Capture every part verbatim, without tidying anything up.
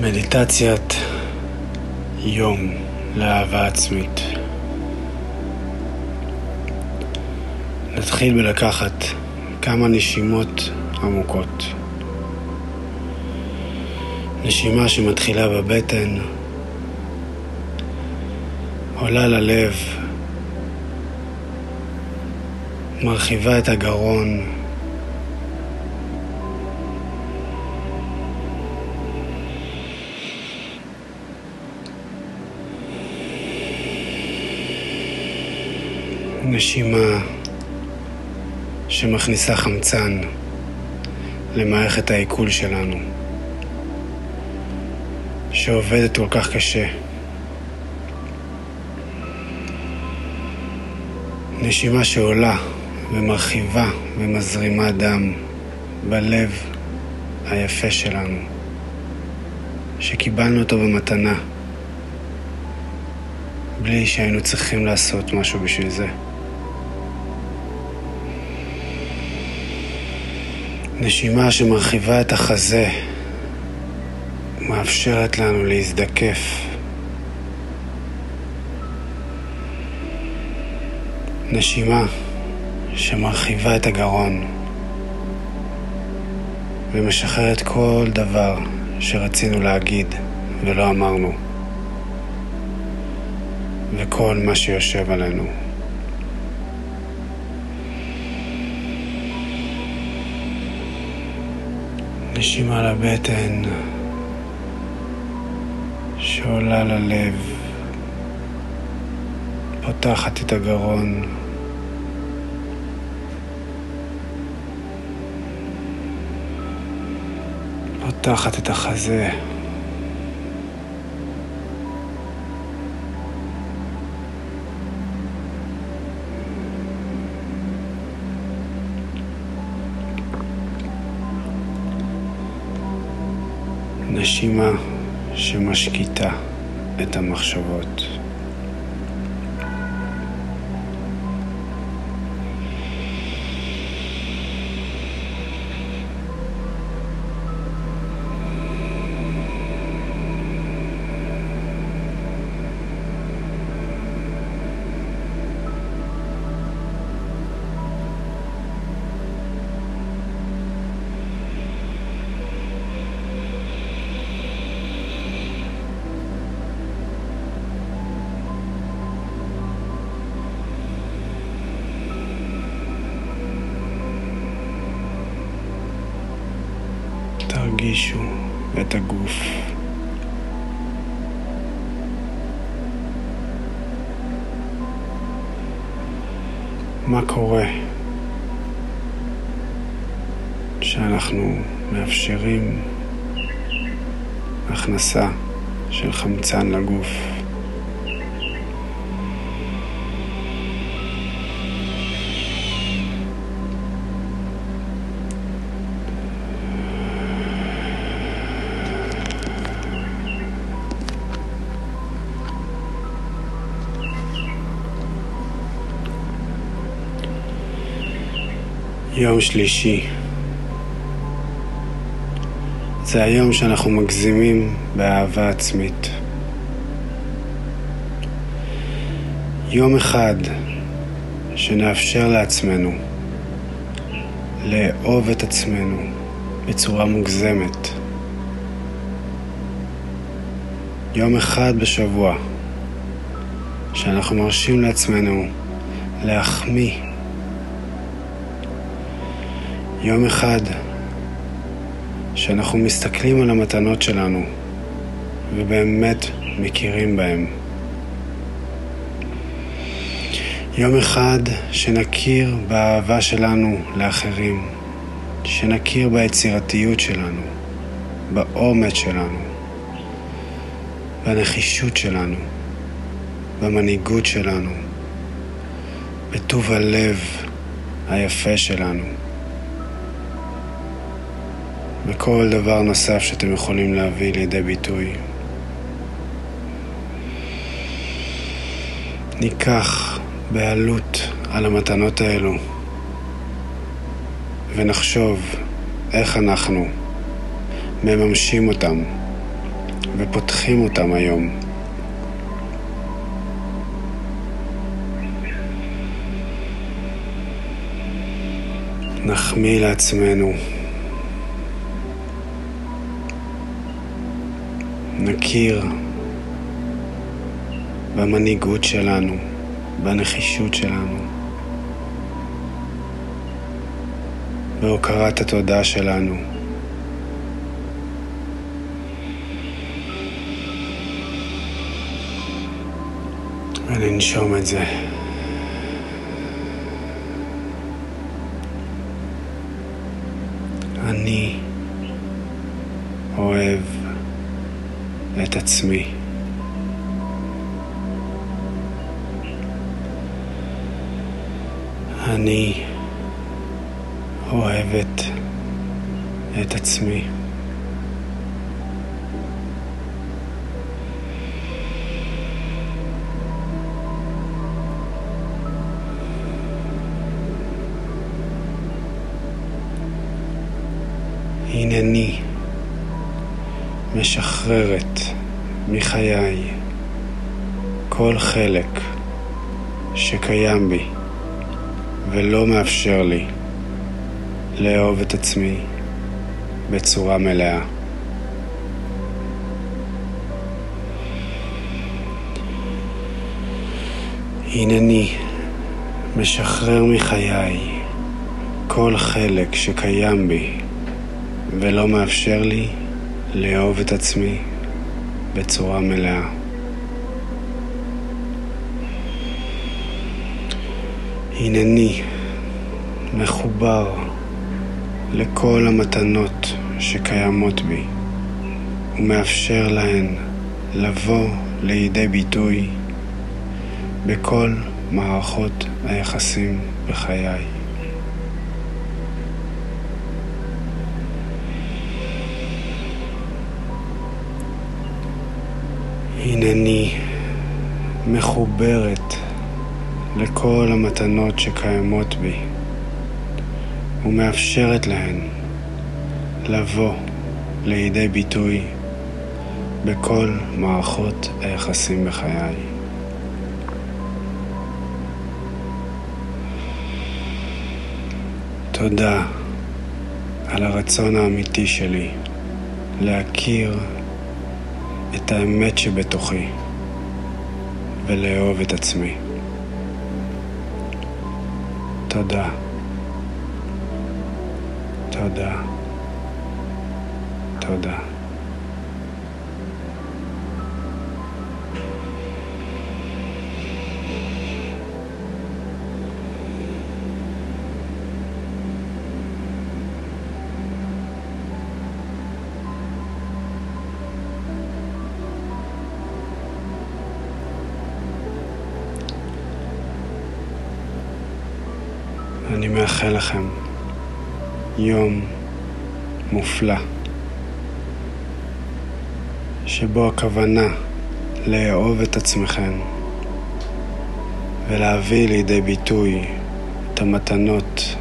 מדיטציית יום לאהבה עצמית. נתחיל בלקחת כמה נשימות עמוקות. נשימה שמתחילה בבטן, עולה ללב, מרחיבה את הגרון, נשימה שמכניסה חמצן למערכת העיכול שלנו, שעובדת כל כך קשה. נשימה שעולה ומרחיבה ומזרימה דם בלב היפה שלנו, שקיבלנו אותו במתנה, בלי שהיינו צריכים לעשות משהו בשביל זה. נשימה שמרחיבה את החזה, מאפשרת לנו להזדקף. נשימה שמרחיבה את הגרון ומשחררת כל דבר שרצינו להגיד ולא אמרנו, וכל מה שיושב עלינו. נשימה לבטן שעולה ללב, פותחת את הגרון, פותחת את החזה, נשימה שמשקיטה את המחשבות. תרגישו את הגוף. מה קורה שאנחנו מאפשרים הכנסה של חמצן לגוף? יום שלישי. זה היום שאנחנו מגזימים באהבה עצמית. יום אחד שנאפשר לעצמנו לאהוב את עצמנו בצורה מוגזמת. יום אחד בשבוע שאנחנו מרשים לעצמנו להחמיא. יום אחד שאנחנו מסתכלים על המתנות שלנו ובאמת מכירים בהם. יום אחד שנכיר באהבה שלנו לאחרים, שנכיר ביצירתיות שלנו, באומץ שלנו, בנחישות שלנו, במנהיגות שלנו, בטוב הלב היפה שלנו. וכל דבר נוסף שאתם יכולים להביא לידי ביטוי. ניקח בעלות על המתנות האלו ונחשוב איך אנחנו מממשים אותם ופותחים אותם היום. נחמיא לעצמנו. נכיר במנהיגות שלנו, בנחישות שלנו, בהוקרת התודה שלנו. וננשום את זה. אני אוהב את עצמי. אני אוהבת את עצמי. הנני משחררת מחיי כל חלק שקיים בי ולא מאפשר לי לאהוב את עצמי בצורה מלאה. הנני משחרר מחיי כל חלק שקיים בי ולא מאפשר לי לאהוב את עצמי בצורה מלאה. הנני מחובר לכל המתנות שקיימות בי ומאפשר להן לבוא לידי ביטוי בכל מערכות היחסים בחיי. הנני מחוברת לכל המתנות שקיימות בי ומאפשרת להן לבוא לידי ביטוי בכל מערכות היחסים בחיי. תודה על הרצון האמיתי שלי להכיר את האמת שבתוכי ולאהוב את עצמי. תודה. תודה. תודה. אני מאחל לכם יום מופלא, שבו הכוונה לאהוב את עצמכם ולהביא לידי ביטוי את המתנות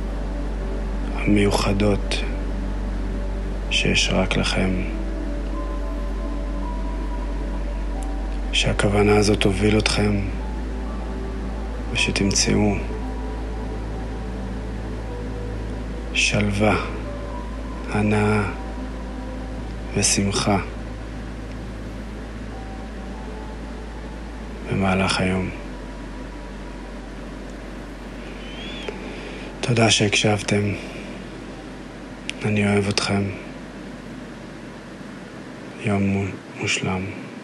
המיוחדות שיש רק לכם. שהכוונה הזאת תוביל אתכם ושתמצאו שלווה, הנאה ושמחה במהלך היום. תודה שהקשבתם. אני אוהב אתכם. יום מושלם.